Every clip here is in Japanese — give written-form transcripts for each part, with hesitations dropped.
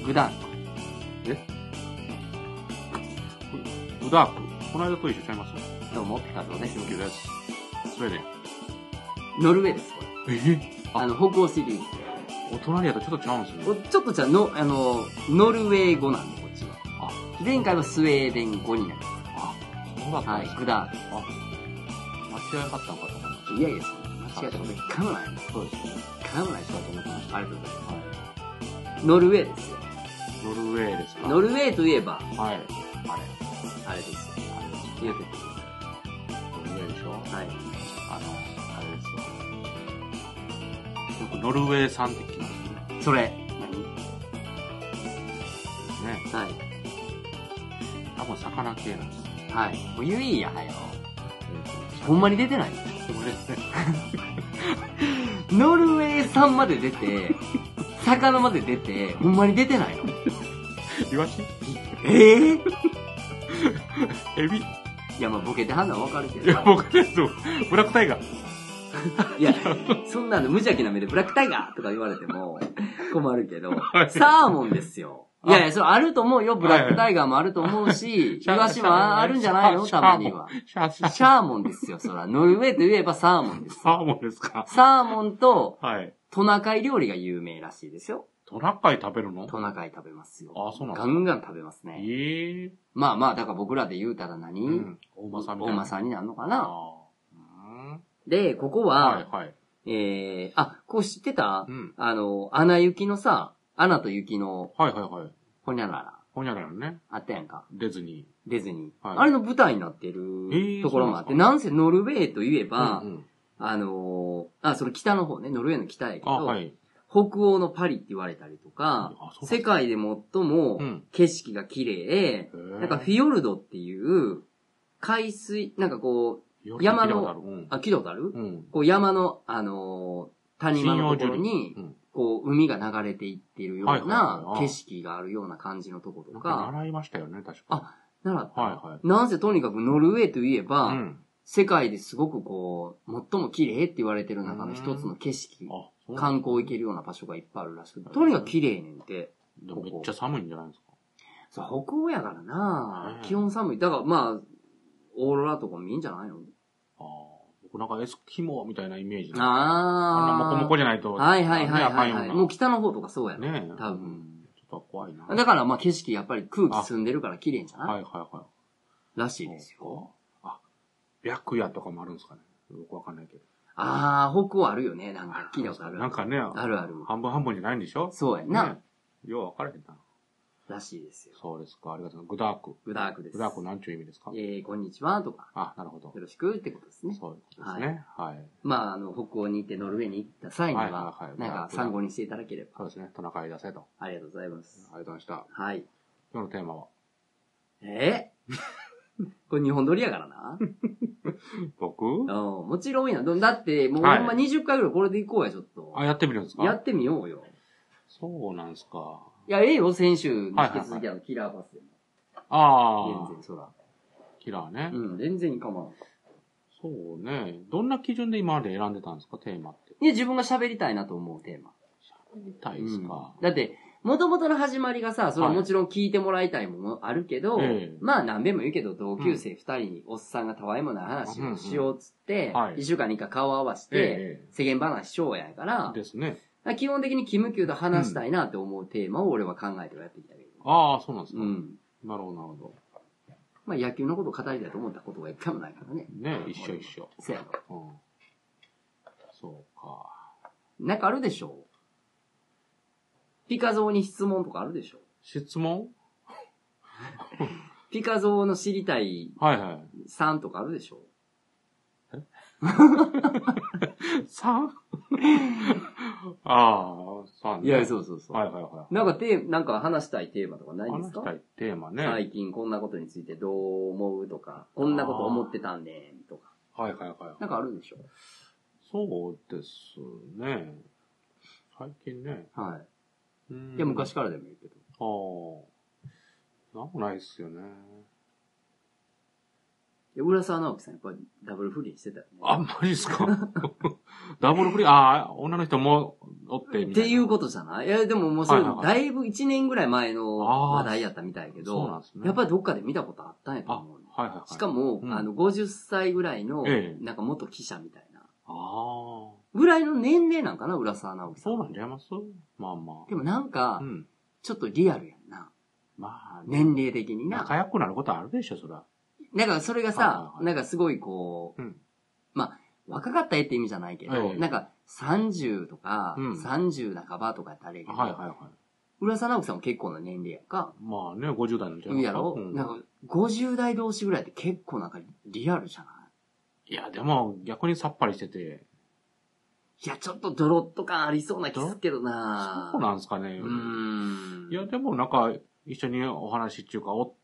グダンク。 グダーク。この間と一緒ちゃいます？ どうも、ピカゾーです。 キュです。スウェーデン。 ノルウェーです、これ。北欧シリーズ。 お隣やとちょっと違うんですよね。 ちょっとじゃあ、ノルウェー語なんで、こっちは。前回はスウェーデン語になります。 そうだったんですか。 グダーク。 間違いなかったのかと思いました。 いやいや、そんな間違ったこと一回もない。 そうですね。 一回もない人だと思ってました。ありがとうございます。ノルウェーですよ。 ノルウェーですか。 ノルウェーといえば、 はい。 あれですよ。言うてくだノルウェーでしょ。 はい。 あれですよ。よくノルウェー産って聞きますね。 それ。 ですね。 はい。 多分魚系なんです。 はい。もう言いや、はよ。ほんまに出てないノルウェー産まで出て、魚まで出て、ほんまに出てないのイワシ？ エビ？ いや、まあ、ボケてはんのはわかるけど。 いや、僕です。ブラックタイガー。 いや、そんなの無邪気な目でブラックタイガーとか言われても困るけど、サーモンですよ。いやいや、それあると思うよ。ブラックタイガーもあると思うし、イワシもあるんじゃないのたまには。シャーモンですよ、そら。ノルウェーといえばサーモンです。 サーモンですか。 サーモンと、 はい。 トナカイ料理が有名らしいですよ。 トナカイ食べるの？ トナカイ食べますよ。 あ、そうなんですか。 ガンガン食べますね。まあまあ、だから僕らで言うたら何？ 大間さんみたいな。 大間さんになるのかな。 あ、 で、ここは、 はいはい。 こう知ってた？アナ雪のさ、アナと雪の、 はいはいはい。 ほにゃらら。 ほにゃららね。 あったやんか。 ディズニー。 はい、 あれの舞台になってるところもあって、なんせノルウェーといえば、それ北の方ね、ノルウェーの北やけど、はい、北欧のパリって言われたりとか、世界で最も景色が綺麗、なんかフィヨルドっていう海水、なんかこう、山の、聞いたことある？こう山の、谷間のところに、こう、海が流れていってるような景色があるような感じのとことか。 習いましたよね、確か。 あ、習った。はいはい。なんせとにかくノルウェーといえば、世界ですごくこう、最も綺麗って言われてる中の一つの景色、観光行けるような場所がいっぱいあるらしくて、とにかく綺麗ねんて。 めっちゃ寒いんじゃないですか？ そう、北欧やからな、気温寒い。だからまあ、オーロラとか見えんじゃないの？ 僕なんかエスキモーみたいなイメージ。 あんなモコモコじゃないと。 はいはいはいはい。もう北の方とかそうやね。多分。 ちょっと怖いな。 だからまあ景色やっぱり空気澄んでるから綺麗じゃない？ はいはいはい。 らしいですよ。 白夜とかもあるんですかね。よくわかんないけど。 北欧あるよね。なんか聞いたことある。 なんかね。 あるある。 半分半分じゃないんでしょ？ そうやな。 よう分からへんな。 らしいですよ。 そうですか。ありがとうございます。 グダークです。 グダークなんちゅう意味ですか？ こんにちはとか。 なるほど。 よろしくってことですね。 そういうことですね。はい。 まあ、北欧に行ってノルウェーに行った際には、なんか参考にしていただければ。 そうですね。トナカイ出せと。 ありがとうございます。 ありがとうございました。 はい。 今日のテーマはこれ日本撮りやからな。 僕？ もちろんや。だって、もうほんま20回ぐらいこれで行こうや、ちょっと。 やってみるんですか？ やってみようよ。 そうなんですか。 いや、よ、先週に引き続きキラーパスでも。全然、そら。 キラーね。 全然構わん。 そうね。どんな基準で今まで選んでたんですか、テーマって。 いや、自分が喋りたいなと思うテーマ。 喋りたいですか。 だって、元々の始まりがさ、それはもちろん聞いてもらいたいものあるけど、まあ何遍も言うけど、同級生2人におっさんがたわいもない話をしようっつって、1週間に1回顔を合わせて、世間話しようやから、 ですね。 基本的にキムキューと話したいなって思うテーマを俺は考えてやってきたけど。 そうなんですか。なるほど、なるほど。 まあ野球のことを語りたいと思ったことが一回もないからね。 ね、一緒一緒。 そうやろ。 そうか。 なんかあるでしょ？ピカゾーに質問とかあるでしょ？ 質問？ ピカゾーの知りたい3とかあるでしょ ？3？ 3ね。 いや、そうそうそう。 はいはいはい。 なんか話したいテーマとかないですか？ 話したいテーマね。 最近こんなことについてどう思うとか、こんなこと思ってたんねんとか。 はいはいはい。なんかあるでしょ？ そうですね。最近ね。 はい。いや、昔からでもいいけど。 なんもないっすよね。 浦沢直樹さんやっぱりダブル不倫してたよね。 あ、マジっすかダブル不倫、女の人もおってみたいな。 っていうことじゃない？いや、でももうそれ、だいぶ1年ぐらい前の話題やったみたいやけど、 そうなんですね。 やっぱりどっかで見たことあったんやと思う。 はいはいはい。 しかも、50歳ぐらいの、なんか元記者みたいな。ぐらいの年齢なんかな、浦沢直樹さん。 そうなんちゃいます？まあまあ。 でもなんか、ちょっとリアルやんな。 まあ、 年齢的にな。 仲良くなることあるでしょ、そら。 なんかそれがさ、なんかすごいこう、まあ、若かった絵って意味じゃないけど、なんか30とか、30半ばとかやったらあれやけど、浦沢直樹さんも結構な年齢やんか。 まあね、50代のじゃないやろ？なんか50代同士ぐらいって結構なんかリアルじゃない？ いや、でも逆にさっぱりしてて。 いや、ちょっとドロッと感ありそうな気するけどな。 そうなんですかね。いや、でもなんか、一緒にお話っていうかおって、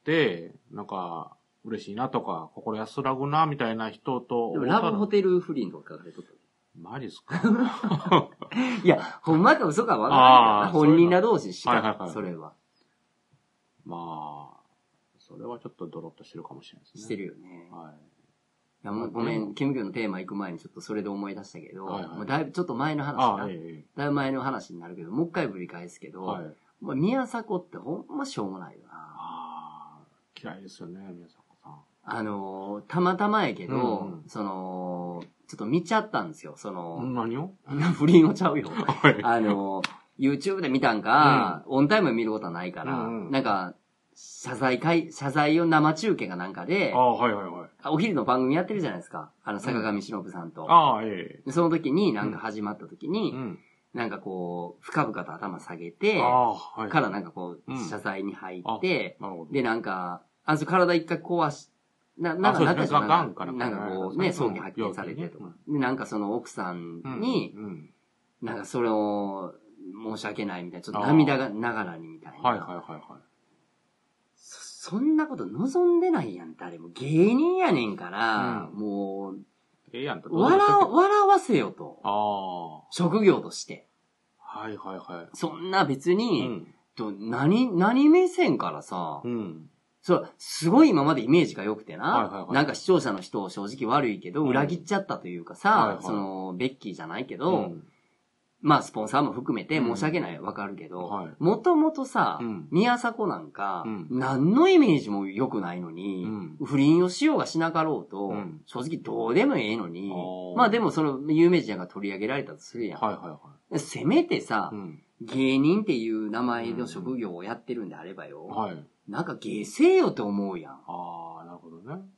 なんか、嬉しいなとか、心安らぐな、みたいな人と。 でもラブホテル不倫とか書かれとった。 マジっすかいや、ほんまか嘘かわからない。本人ら同士しか、それは。 まあ、それはちょっとドロッとしてるかもしれないですね。 してるよね。はい。いやもうごめん、キムキョのテーマ行く前にちょっとそれで思い出したけど、もうだいぶちょっと前の話だ。だいぶ前の話になるけど、もう一回ぶり返すけど、宮迫ってほんましょうもないよな。 嫌いですよね、宮迫さん。 たまたまやけど、ちょっと見ちゃったんですよ、 何を不倫をちゃうよ。YouTube で見たんか、オンタイム見ることはないから、なんか、謝罪を生中継がなんかで、お昼の番組やってるじゃないですか。坂上忍さんと。その時になんか始まった時に、なんかこう、深々と頭下げて、からなんかこう、謝罪に入って、でなんか、体一回壊し、なんかこうね、早期発見されてとか。で、なんかその奥さんに、なんかそれを申し訳ないみたいな、ちょっと涙がながらにみたいな。そんなこと望んでないやん、誰も。芸人やねんから、もう、笑わせよと。職業として。そんな別に、何目線からさ、すごい今までイメージが良くてな、なんか視聴者の人を正直悪いけど、裏切っちゃったというかさ、ベッキーじゃないけど、まあ、スポンサーも含めて申し訳ない、わかるけど、もともとさ、宮迫なんか、何のイメージも良くないのに、不倫をしようがしなかろうと、正直どうでもええのに、まあでもその有名人が取り上げられたとするやん。せめてさ、芸人っていう名前の職業をやってるんであればよ、なんか芸せよって思うやん。 なるほどね。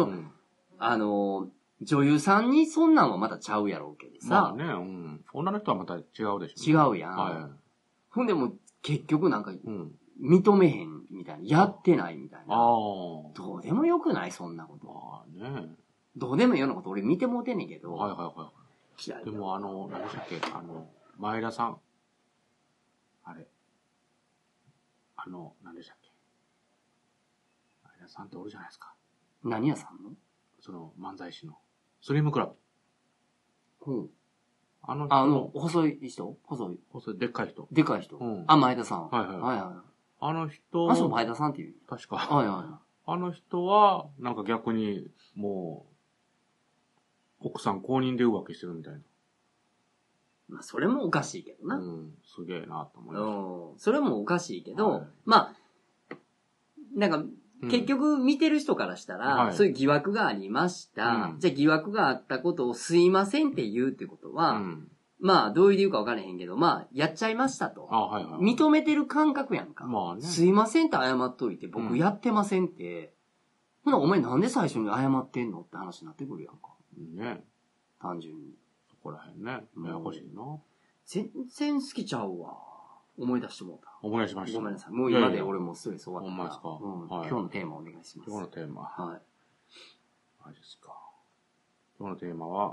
女優さんにそんなんはまたちゃうやろうけどさ。 まあね、女の人はまた違うでしょ。違うやん。ほんでも結局なんか、認めへんみたいな。やってないみたいな。どうでもよくないそんなこと。どうでもいいようなこと俺見てもうてんねんけど。 嫌い。でも何でしたっけ前田さん。あれ。何でしたっけ前田さんっておるじゃないですか。 何屋さんの？ その漫才師の。スリムクラブ。 細い人？細い、でっかい人。 でかい人。前田さん。あの人。そう、前田さんっていう。 確か。あの人は、なんか逆に、もう、奥さん公認で浮気してるみたいな。 まあ、それもおかしいけどな。 すげえなと思いました。それもおかしいけど、まあ、なんか、結局見てる人からしたら、そういう疑惑がありました。じゃあ疑惑があったことをすいませんって言うってことは、まあどういう理由か分からへんけど、まあやっちゃいましたと。認めてる感覚やんか。すいませんって謝っといて、僕やってませんって。ほなお前なんで最初に謝ってんのって話になってくるやんか。 ね。 単純に。 そこらへんね。ややこしいな。 全然好きちゃうわ。思い出してもうた。 思い出しました。 ごめんなさい。もう今で俺もストレス終わった。 ほんまですか。 今日のテーマお願いします。 今日のテーマ。マジですか。今日のテーマは、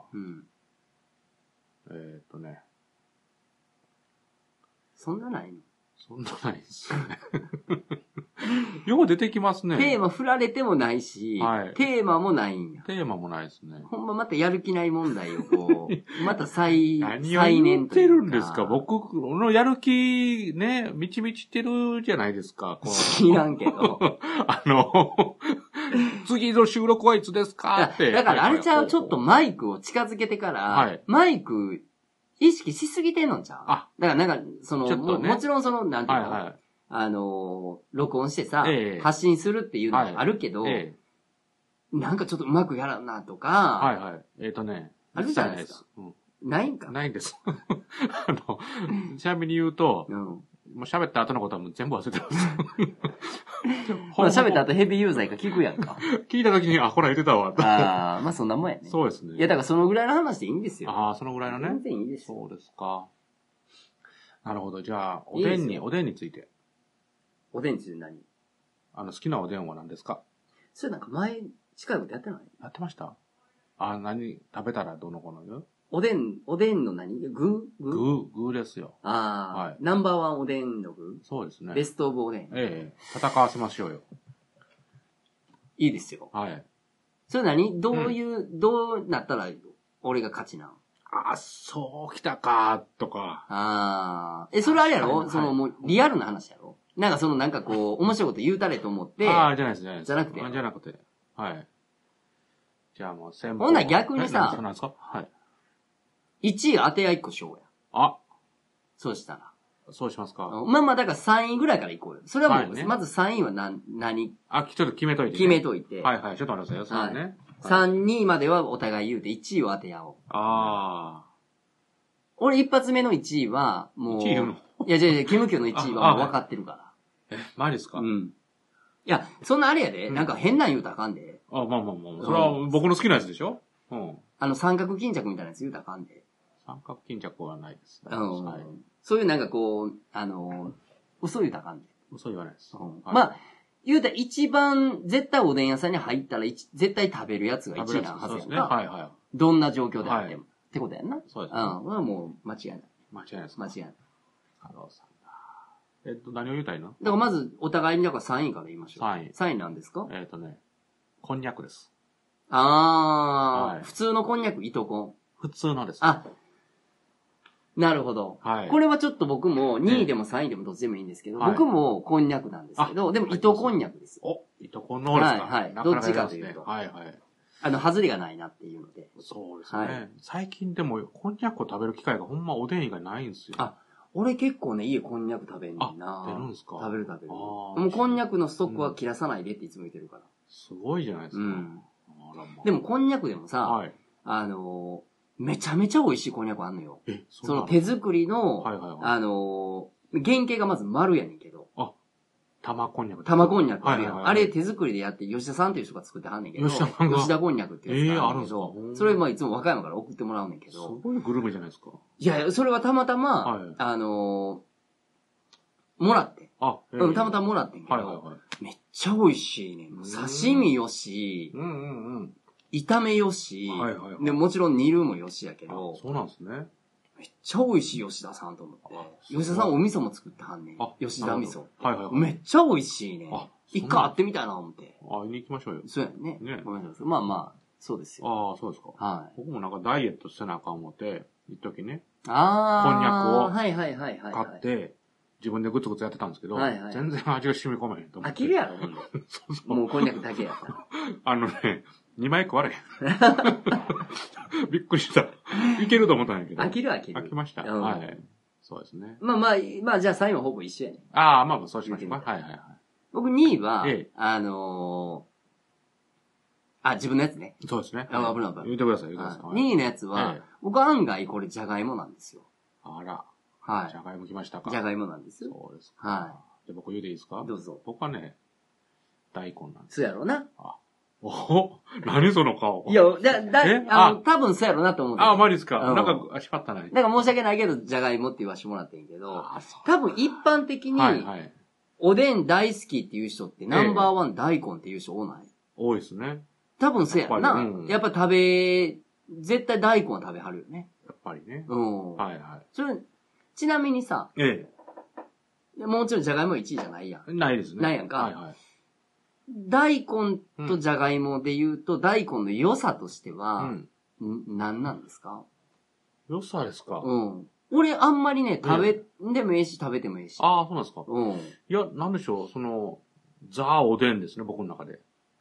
そんなないの？ そんなないですよね。よく出てきますね。 テーマ振られてもないし、テーマもないんや。 テーマもないですね。 ほんままたやる気ない問題をこう、また再燃というか。何を言ってるんですか？僕のやる気ね、満ち満ちてるじゃないですか。 知らんけど。 次の収録はいつですかって。 だからあれちゃう、ちょっとマイクを近づけてから、マイク意識しすぎてんのんちゃう？だからなんか、もちろんなんていうの、録音してさ、発信するっていうのはあるけど、なんかちょっとうまくやらんなとか、あるじゃないですか。ないんか？ ないんです。ちなみに言うと、もう喋った後のことはもう全部忘れてます。 喋った後ヘビーユーザーか聞くやんか。 聞いた時に、ほら言ってたわ。 ああ、まあそんなもんやね。 そうですね。 いやだからそのぐらいの話でいいんですよ。 ああ、そのぐらいのね。 全然いいですよ。 そうですか。なるほど。じゃあ、おでんについて。 おでんについて何？ 好きなおでんは何ですか？ それなんか前、近いことやってない？ やってました？食べたらどの子の言う？ おでんの何？具ですよ。 ナンバーワンおでんの具？ そうですね。 ベストオブおでん。 戦わせましょうよ。 いいですよ。 はい。 それどうなったら俺が勝ちなん？ そうきたか、とか。 それあれやろ？もうリアルな話やろ？なんか面白いこと言うたれと思って。 じゃないです。 じゃなくて。 じゃなくて。はい。じゃあもう先ほんなら逆にさ、 そうなんですか？はい。 1位当て合いっこしようや。そうしたら。 そうしますか。 まあだから3位ぐらいからいこうよ。それはもう、まず3位は何？ ちょっと決めといて。 決めといて。 はいはい。ちょっと待ってくださいよ。そうね。 3、2位まではお互い言うて1位を当て合おう。俺一発目の1位は、もう。 1位言うの？ いや、キムキョの1位はもう分かってるから。 マジですか？ いや、そんなあれやで。なんか変なん言うたらあかんで。 まあ。それは僕の好きなやつでしょ？ 三角巾着みたいなやつ言うたらあかんで。 三角巾着はないですね。 そういうなんか嘘言うたらあかんで。 嘘言わないです。 まあ、言うたら一番絶対おでん屋さんに入ったら絶対食べるやつが1位なはずやんか。どんな状況であっても。ってことやんな。 そうです。 もう間違いない。 間違いないです。 間違いない。 何を言うたいの？ だからまず、お互いにだから3位から言いましょう。3位なんですか？ こんにゃくです。 普通のこんにゃく、糸こん。 普通のです。 なるほど。これはちょっと僕も2位でも3位でもどっちでもいいんですけど、僕もこんにゃくなんですけど、でも糸こんにゃくです。 糸こんの方ですか？ はい。どっちかというと。外れがないなっていうので。 そうですね。最近でも、こんにゃくを食べる機会がほんまおでん以外ないんですよ。 俺結構ね、家こんにゃく食べんねんな。 食べるんですか？ 食べる。もうこんにゃくのストックは切らさないでっていつも言ってるから。 すごいじゃないですか。 でもこんにゃくでもさ、めちゃめちゃ美味しいこんにゃくあんのよ。その手作りの、原型がまず丸やねんけど。 玉こんにゃく。 玉こんにゃくあるやん。あれ手作りでやって、吉田さんっていう人が作ってはんねんけど。吉田こんにゃくっていうやつがあるんだけど、それいつも和歌山から送ってもらうねんけど。 すごいグルメじゃないですか。 いや、それはたまたま、もらって。たまたまもらってんけど、めっちゃ美味しいねん。刺身よし、炒めよし、でもちろん煮るもよしやけど、 そうなんですね。 めっちゃ美味しい吉田さんと思って。吉田さんお味噌も作ってはんねん。吉田味噌。めっちゃ美味しいね。一回会ってみたいな思って。 会いに行きましょうよ。 そうやね。ごめんなさい。まあ、そうですよ。 そうですか。僕もなんかダイエットせなあかん思って、一時ね。こんにゃくを買って、自分でグツグツやってたんですけど、全然味が染み込めへんと思って。 飽きるやろ、ほんで。もうこんにゃくだけやったら。 2枚食われへん。びっくりした。いけると思ったんやけど。 飽きる。 飽きました。はい。そうですね。 まあ、じゃあ3位はほぼ一緒やね。 まあ、そうしましょうか。はい。 僕2位は、自分のやつね。 そうですね。 危ない。 言ってください。 2位のやつは、僕案外これじゃがいもなんですよ。 あら。 はい。 じゃがいも来ましたか。 じゃがいもなんです。 そうですか。 はい。 じゃあ僕言うていいですか？ どうぞ。 僕はね、大根なんです。 そうやろうな。 何その顔。 いや、多分そうやろうなと思って。 マジですか。なんか、しまったない。 なんか申し訳ないけど、じゃがいもって言わしてもらってんけど、多分一般的に、おでん大好きっていう人ってナンバーワン大根っていう人多ない？ 多いですね。 多分そうやろな。やっぱ絶対大根は食べはるよね。 やっぱりね。 はい。それ、ちなみにさ、もちろんじゃがいも1位じゃないやん。 ないですね。 ないやんか。大根とじゃがいもで言うと、大根の良さとしては、何なんですか？ 良さですか？ 俺あんまりね、食べんでもええし、食べてもええし。 そうなんですか？いや、なんでしょう、ザ・おでんですね、僕の中で。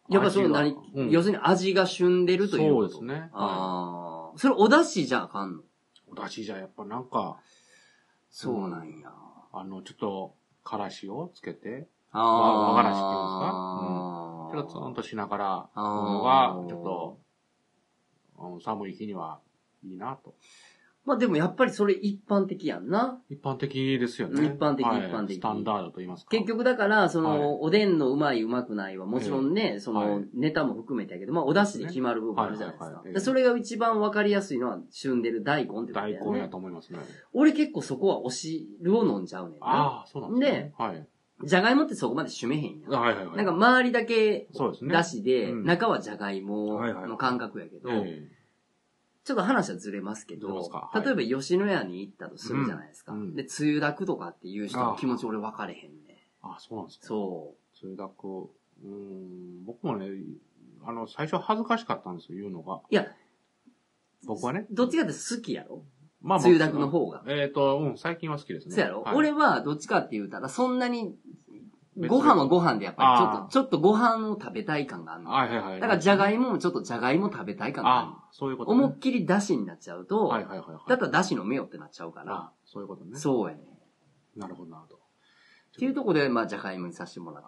やっぱその要するに味が旬でるということ。 そうですね。 ああ。それお出汁じゃあかんの？ お出汁じゃやっぱなんか、 そうなんや。 ちょっと、からしをつけて、 和がらしっていうんですか、ちょっとツンとしながら、のが、ちょっと、寒い日にはいいなと。 まあでもやっぱりそれ一般的やんな。 一般的ですよね。 一般的。 スタンダードと言いますか。 結局だから、おでんのうまいうまくないはもちろんね、ネタも含めてやけど、まあお出汁で決まる部分あるじゃないですか。それが一番わかりやすいのは旬でる大根ってことだよね。 大根やと思いますね。 俺結構そこはお汁を飲んじゃうねんな。 ああ、そうなんですね。 で、じゃがいもってそこまで締めへんやん。 はいはいはい。 なんか周りだけだしで、中はじゃがいもの感覚やけど、ちょっと話はずれますけど、例えば吉野家に行ったとするじゃないですか。で、つゆだくとかっていう人の気持ち俺分かれへんね。 あ、そうなんですか。 そう。 つゆだく、僕もね、最初恥ずかしかったんですよ、言うのが。 いや、 僕はね。 どっちかって好きやろ？まあ、つゆだくの方が。 最近は好きですね。 そうやろ？俺はどっちかって言うたら、そんなに、ご飯はご飯でやっぱりちょっとご飯を食べたい感があるの。 はいはいはい。 だからじゃがいももちょっとじゃがいも食べたい感がある。 そういうことね。思いっきりだしになっちゃうと、 はいはいはい。 だったらだしのめよってなっちゃうから。 そういうことね。 そうやね。 なるほどなるほど。 っていうところで、まあじゃがいもにさせてもらって。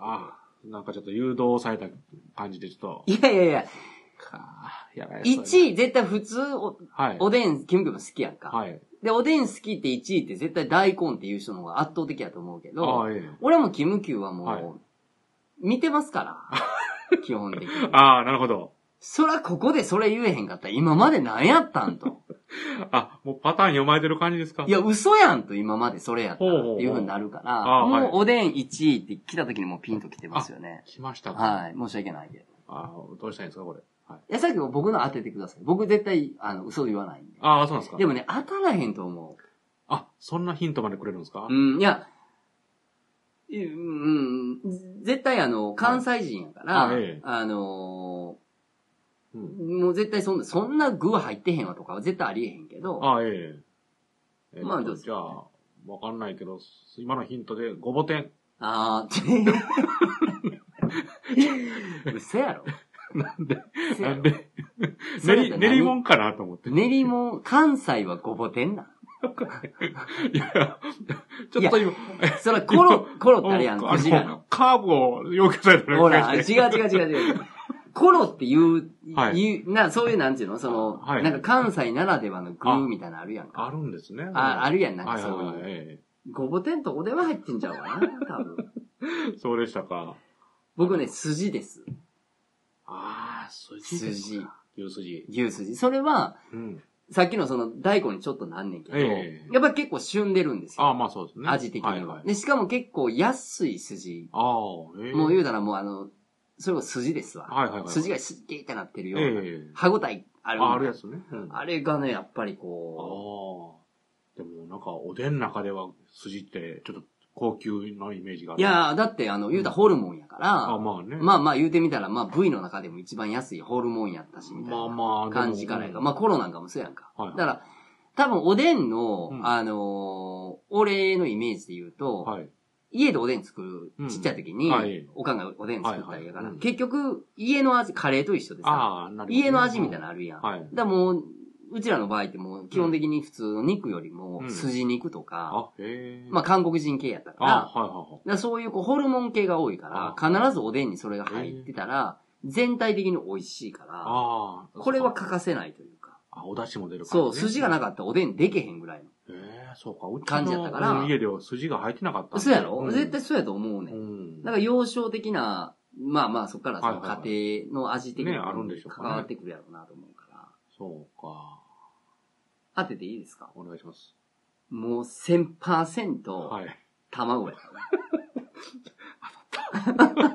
なんかちょっと誘導された感じでちょっと。 いやいやいや。1位絶対普通おでん、キムキム好きやんか。はい。で、おでん好きって1位って絶対大根っていう人の方が圧倒的やと思うけど、俺もキムキューはもう、見てますから。基本的に。 なるほど。 そらここでそれ言えへんかったら今まで何やったんと。 もうパターン読まれてる感じですか？ いや、嘘やんと今までそれやったらっていう風になるから、もうおでん1位って来た時にもうピンと来てますよね。 来ましたか。はい。申し訳ないけど。 どうしたらいいんですかこれ。 いや、さっきも僕の当ててください。僕絶対、嘘言わないんで。 そうなんですか。 でもね、当たらへんと思う。そんなヒントまでくれるんですか？ いや、絶対関西人やから、もう絶対そんな具は入ってへんわとかは絶対ありえへんけど。まあ、どうぞ。じゃあ、わかんないけど、今のヒントでごぼ天。 嘘やろ？ なんで練り物かなと思って。 練り物、関西はごぼ天な。 いや、ちょっと今。 それコロってあれやん、クジラの。 カーブを要求されてる。 ほら、違う。コロっていう、そういうなんていうのなんか関西ならではの具みたいなのあるやんか。 あるんですね。 あるやん、なんかそういう。ごぼ天とおでは入ってんちゃうかな、多分。 そうでしたか。 僕ね、筋です。 筋。 牛筋。それは、さっきの大根にちょっとなんねんけど、やっぱり結構旬でるんですよ。 まあそうですね。 味的には。で、しかも結構安い筋。もう言うたらもうそれは筋ですわ。筋がすっげーってなってるような。歯ごたえある。 あるやつね。 あれがね、やっぱりこう。でもなんかおでんの中では筋ってちょっと高級のイメージがある。 いやー、だって言うたらホルモンやから、 まあね。 まあ言うてみたら、部位の中でも一番安いホルモンやったし、みたいな感じからやから。コロなんかもそうやんか。だから、多分おでんの、俺のイメージで言うと、家でおでん作る、ちっちゃい時に、おかんがおでん作ったりやから、結局、家の味、カレーと一緒でさ、家の味みたいなのあるやん。だからもう、うちらの場合ってもう基本的に普通の肉よりも筋肉とか、韓国人系やったから、そういうホルモン系が多いから、必ずおでんにそれが入ってたら、全体的に美味しいから、これは欠かせないというか。 お出汁も出るから、そう、筋がなかったらおでんでけへんぐらいの。 そうか、う感じやったから。 家では筋が入ってなかったそうやろ？絶対そうやと思うね。だから幼少的な、そっから家庭の味的なのに関わってくるやろうなと思うから。 そうか。 当てていいですか？ お願いします。 もう 1000%、卵やからね。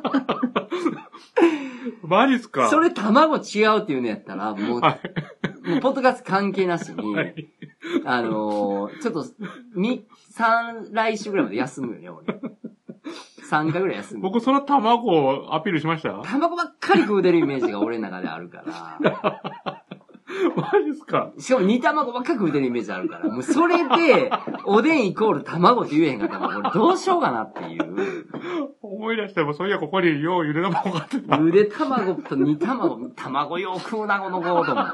マジっすか？ それ卵違うっていうのやったら、もうポッドキャスト関係なしに、ちょっと、来週ぐらいまで休むよね、俺。3回ぐらい休む。 僕その卵をアピールしました？ 卵ばっかり食うてるイメージが俺の中であるから。 マジですか？ しかも煮卵ばっか食うてるイメージあるから、もうそれで、おでんイコール卵って言えへんかったら、これどうしようかなっていう。 思い出しても、そういやここにようゆで卵があってた。 ゆで卵と煮卵、卵よう食うな、この子、と思って。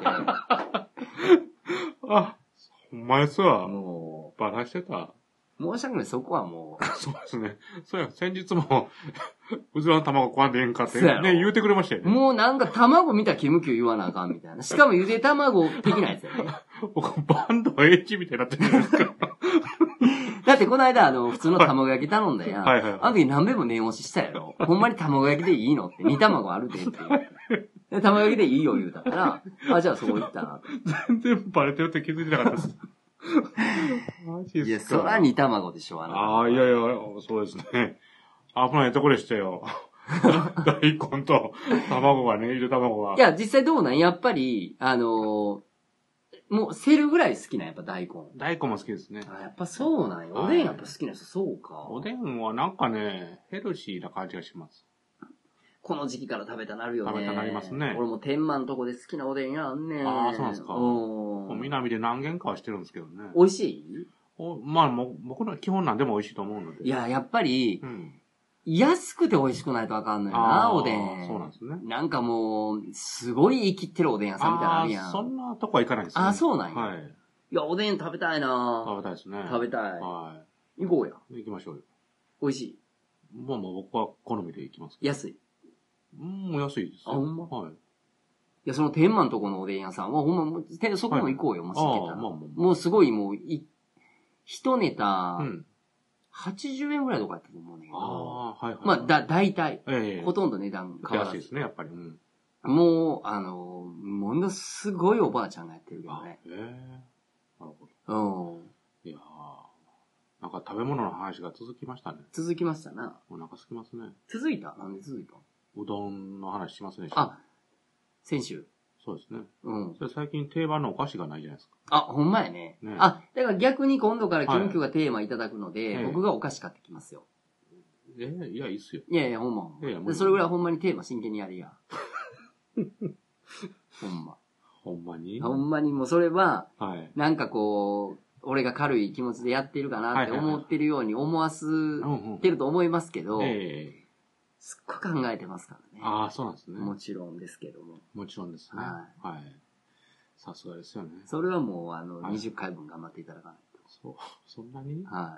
あ、ほんまですわ。 もう、バラしてた。 申し訳ない、そこはもう。 そうですね。そうや、先日も、うずらの卵食わんでええんかって、ね、言うてくれましたよね。 もうなんか卵見たらキムキュー言わなあかんみたいな。しかもゆで卵的なやつやね。 僕、バンド H みたいになってるじゃないですか。 だってこの間普通の卵焼き頼んだやん。 はいはいはい。 あの時何べも念押ししたやろ。ほんまに卵焼きでいいのって。煮卵あるでって言う。卵焼きでいいよ言うたから、あ、じゃあそこ行ったな。 全然バレてるって気づいてなかったです。マジですか。 いや、そら煮卵でしょ、 ああ、いやいや、そうですね。危ないとこでしたよ。大根と卵がね、ゆで卵が。 いや、実際どうなんやっぱり、もう、セルぐらい好きなんやっぱ大根。 大根も好きですね。 あ、やっぱそうなんや。おでんやっぱ好きな人、そうか。 おでんはなんかね、ヘルシーな感じがします。 この時期から食べたなるよね。 食べたなりますね。 俺も天満のとこで好きなおでんやんねん。 ああ、そうなんですか。南で何軒かはしてるんですけどね。 美味しい？ まあ、僕の基本なんでも美味しいと思うので。 いや、やっぱり、安くて美味しくないとあかんのよな、おでん。 そうなんですね。 なんかもう、すごい生きってるおでん屋さんみたいなのあるやん。 そんなとこは行かないですね。 あ、そうなんや。 はい。 いや、おでん食べたいな食べたいですね。 食べたい。 はい。 行こうや。 行きましょうよ。 美味しい。 まあ僕は好みで行きますけど。安い。 安いです。 あ、ほんま？ はい。 いや、その天満のとこのおでん屋さんは、ほんま、そこも行こうよ、もし行けたら。もうすごいもう、一ネタ、80円ぐらいとかやったと思うねんけど。 はいはい。 まあ、大体、ほとんど値段変わらず。 安いですね、やっぱり。 もう、ものすごいおばあちゃんがやってるけどね。 なるほど。いやなんか食べ物の話が続きましたね。 続きましたな。 お腹空きますね。 続いた？なんで続いた？ うどんの話しますね。 あ、先週。 そうですね。それ最近定番のお菓子がないじゃないですか。 あ、ほんまやね。あ、だから逆に今度からキムキューがテーマいただくので、僕がお菓子買ってきますよ。 いや、いいっすよ。 いやいや、ほんま。それぐらいほんまにテーマ真剣にやるやん。ほんま。 ほんまに？ ほんまにもうそれは、なんかこう、俺が軽い気持ちでやってるかなって思ってるように思わすてると思いますけど、すっごく考えてますからね。 ああ、そうなんですね。 もちろんですけども。 もちろんですね。はい。さすがですよね。 それはもう、20回分頑張っていただかないと。そんなに？ はい。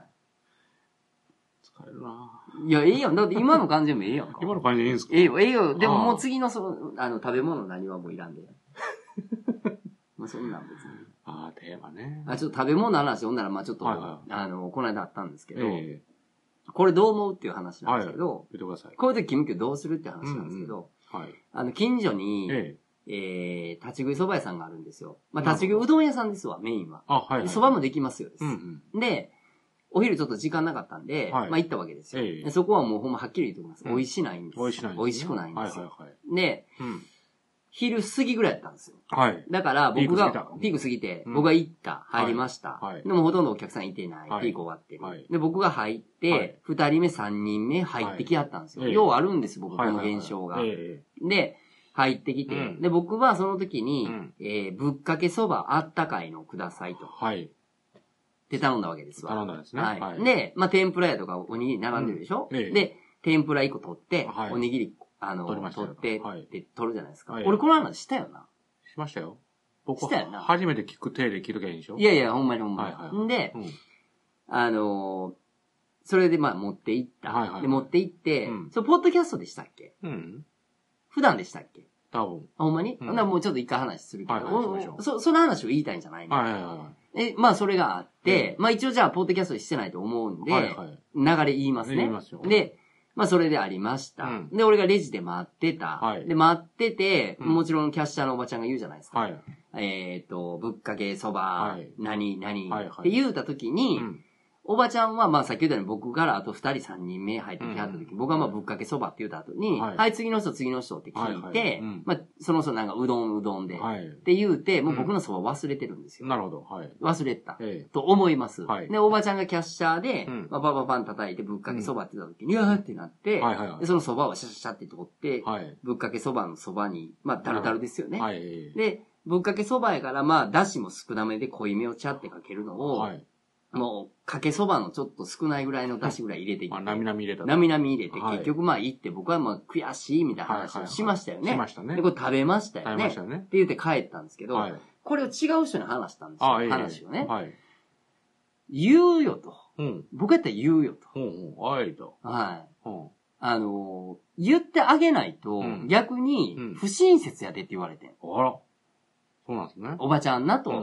疲れるな。 いや、ええやん。だって今の感じでもええやんか。 今の感じでいいんですか？ ええよ。でももう次の食べ物何はもういらんで。まあそんなん別に。 ああ、テーマね。 ちょっと食べ物の話ほんなら、まあちょっと、この間あったんですけど、これどう思うっていう話なんですけど、 言ってください。 こういう時キムキューどうするって話なんですけど、近所に、立ち食い蕎麦屋さんがあるんですよ。まあ立ち食いうどん屋さんですわ、メインは。蕎麦もできますよです。で、お昼ちょっと時間なかったんで、まあ行ったわけですよ。そこはもうほんまはっきり言っておきます。美味しないんです。美味しくないんですよ。で、昼過ぎぐらいだったんですよ。だから僕が、ピーク過ぎて、僕が行った、入りました。でもほとんどお客さんいてない。ピーク終わってる。で、僕が入って、2人目、3人目入ってきはったんですよ。ようあるんですよ、僕この現象が。で、入ってきて、で、僕はその時に、ぶっかけそばあったかいのくださいと。で、頼んだわけですわ。 頼んだんですね。 で、まあ、天ぷら屋とかおにぎり並んでるでしょ？で、天ぷら1個取って、おにぎり、取って、取るじゃないですか。俺この話したよな。 しましたよ。僕は初めて聞く手で聞くけんでしょ？ いやいや、ほんまにほんまに。で、それでまあ持って行った。で、持って行って、それポッドキャストでしたっけ？普段でしたっけ？ 多分。 ほんまに？ほんならもうちょっと一回話するけど、その話を言いたいんじゃないの？まあそれがあって、まあ一応じゃあポッドキャストしてないと思うんで、流れ言いますね。で、まあそれでありました。で、俺がレジで待ってた。で、待ってて、もちろんキャッシャーのおばちゃんが言うじゃないですか。ぶっかけそば、何って言うた時に、おばちゃんは、まあ、さっき言ったように僕からあと2人3人目入ってきはった時、僕はまあ、ぶっかけそばって言った後に、はい、次の人って聞いて、まあ、その人なんかうどんで、って言うて、もう僕のそば忘れてるんですよ。 なるほど。 忘れた。と思います。で、おばちゃんがキャッシャーで、まあ、パパン叩いてぶっかけそばって言った時に、いやーってなって、で、そのそばをシャシャシャって取って、ぶっかけそばのそばに、まあ、タルタルですよね。で、 ぶっかけそばやから、まあ、だしも少なめで濃いめをちゃってかけるのを、はい、もう、かけそばのちょっと少ないぐらいのだしぐらい入れていって。 なみなみ入れた。 なみなみ入れて、結局まあ、行って、僕はまあ、悔しいみたいな話をしましたよね。しましたね。で、これ食べましたよね。食べましたよね。って言って帰ったんですけど、はい、これを違う人に話したんですよ。話をね。はい。言うよと。うん。僕やったら言うよと。はい。と。はい。言ってあげないと、逆に、不親切やでって言われてん。 あら。そうなんですね。 おばちゃんなと。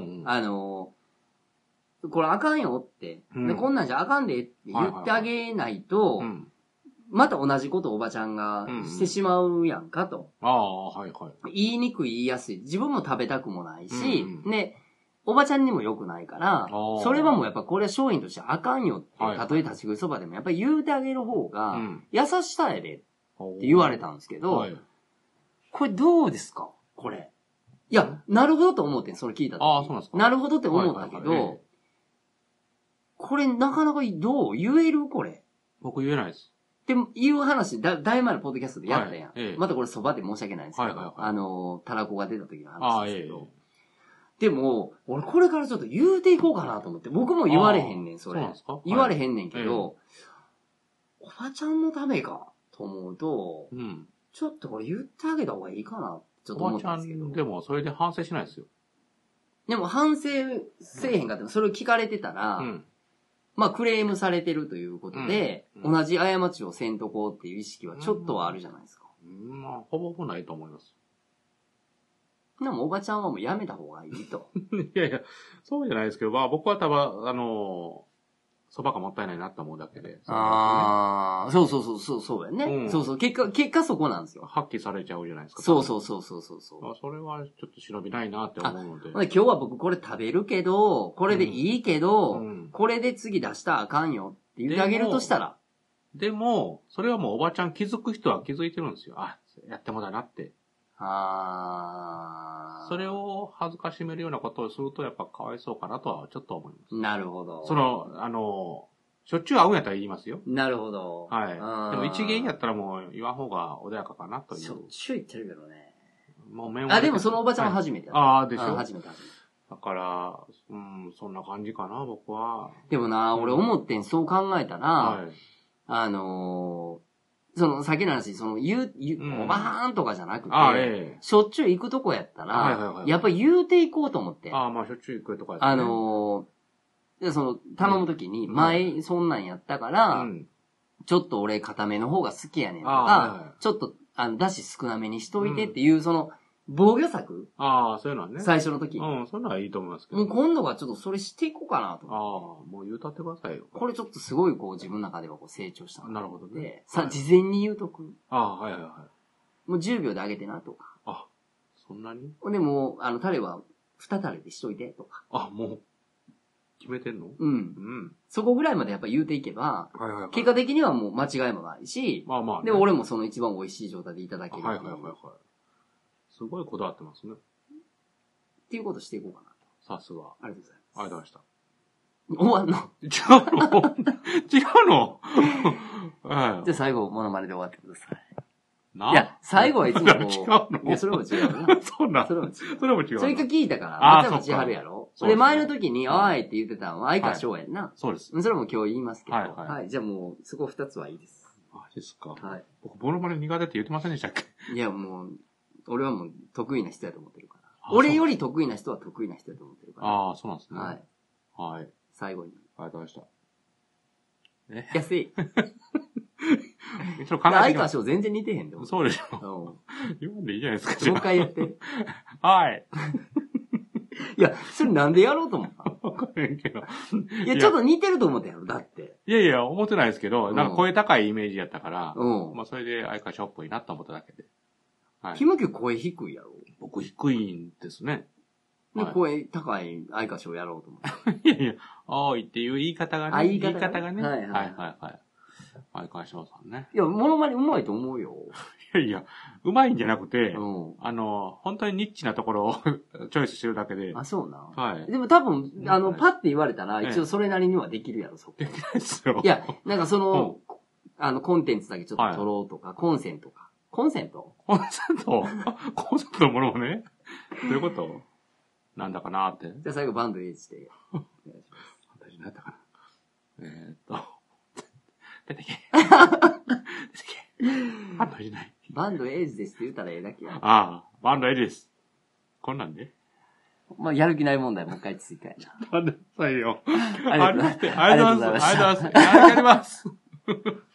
これあかんよって。で、こんなんじゃあかんでって言ってあげないと、また同じことをおばちゃんがしてしまうやんかと。ああ、はいはい。言いにくい言いやすい。自分も食べたくもないし、ね、おばちゃんにも良くないから、それはもうやっぱこれは商品としてあかんよって、たとえ立ち食いそばでもやっぱり言うてあげる方が、優しさやでって言われたんですけど、これどうですかこれ。いや、なるほどと思ってん、それ聞いた時。ああ、そうなんですか。なるほどって思ったけど、これなかなかどう言えるこれ。 僕言えないです。 でも、言う話、だいぶ前のポッドキャストでやったやん。またこれそばで申し訳ないんですけど、たらこが出た時の話ですけど。でも、俺これからちょっと言うていこうかなと思って。僕も言われへんねん、それ。そうなんですか？言われへんねんけど、おばちゃんのためか、と思うと、ちょっとこれ言ってあげた方がいいかな、ちょっと思ったんですけど。 おばちゃんでもそれで反省しないですよ。 でも反省せえへんかって、それを聞かれてたら、まあクレームされてるということで、同じ過ちをせんとこうっていう意識はちょっとはあるじゃないですか。 まあ、ほぼないと思います。 でもおばちゃんはもうやめた方がいいと。 いやいや、そうじゃないですけど、まあ僕は多分、そばがもったいないなと思うだけで。 ああ、そうやね。そうそう、結果そこなんですよ。 発揮されちゃうじゃないですか。 そう。 それはちょっと忍びないなって思うので。 今日は僕これ食べるけど、これでいいけど、これで次出したらあかんよって言ってあげるとしたら。 でも、それはもうおばちゃん気づく人は気づいてるんですよ。あ、やってもだなって。それを恥ずかしめるようなことをするとやっぱかわいそうかなとはちょっと思います。 なるほど。 しょっちゅう会うんやったら言いますよ。 なるほど。 はい。でも一元やったらもう言わん方が穏やかかなという。 しょっちゅう言ってるけどね。 もうでもそのおばちゃんは初めてやった。 ああ、でしょ。 初めて。 だから、そんな感じかな、僕は。 でもな、俺思ってん、そう考えたら、さっきの話、おばはんとかじゃなくて、しょっちゅう行くとこやったら、やっぱ言うていこうと思って。 まあしょっちゅう行くとかですね。頼むときに、前そんなんやったから、ちょっと俺固めの方が好きやねんとか、ちょっと、だし少なめにしといてっていう、防御策そういうのはね。 最初の時。 そういうのはいいと思いますけど。 もう今度はちょっとそれしていこうかなと。 もう言うたってくださいよ。 これちょっとすごい自分の中では成長したなるほどね。 事前に言うとく。 はい。 もう10秒であげてなとか。 そんなに？ でも、タレは2タレでしといてとか。 もう、決めてんの？ そこぐらいまでやっぱ言うていけば、結果的にはもう間違いもないし、でも俺もその一番美味しい状態でいただける。 すごいこだわってますね。 っていうことしていこうかなと。さすが。 ありがとうございます。 ありがとうございました。 終わんの？ 違うのじゃあ最後、モノマネで終わってください。いや、最後はいつも違うの？ いや、それも違うな。 そんな。それも違う。 それか聞いたから、松山千春やろ？で、前の時に、おいって言ってたのは、相川翔やんな。 そうです。 それも今日言いますけど。はい。じゃあもう、そこ2つはいいです。 ですか。 はい。 僕、モノマネ苦手って言ってませんでしたっけ？ いや、もう、俺はもう得意な人やと思ってるから。俺より得意な人は得意な人やと思ってるから。 そうなんですね。はい。 最後に。 ありがとうございました。安い。 ちょっと考えて。 相川翔全然似てへんで。 そうでしょ。言わんでいいじゃないですか。 もう一回言って。 はい。 いや、それなんでやろうと思った？ わかんへんけど。 いや、ちょっと似てると思ったやろ、だって。 いや、思ってないですけど、なんか声高いイメージやったから、まあそれで相川翔っぽいなと思っただけで。 キムキ声低いやろ？ 僕低いんですね。 で、声高い相川翔やろうと思って。 いや、おーいっていう言い方がね。言い方がね。はい。相川翔さんね。 いや、モノマネうまいと思うよ。 いや、うまいんじゃなくて、本当にニッチなところをチョイスしてるだけで。 そうな。 はい。 でも多分、パッて言われたら、一応それなりにはできるやろ、そこ。 できないですよ。 いや、なんかコンテンツだけちょっと撮ろうとか、コンセントか。コンセントのものもね。どういうこと？ なんだかなって。 じゃあ最後バンドエイジで。 ファンタジーなんだかな。出てけ。出てけ。バンドエイジない。 バンドエイジですって言ったらええだけや。 ああ、バンドエイジです。こんなんでまあ、やる気ない問題もう一回追加やな。 なんでさいよ。 ありがとうございます。 ありがとうございます。ありがとうございます。やります。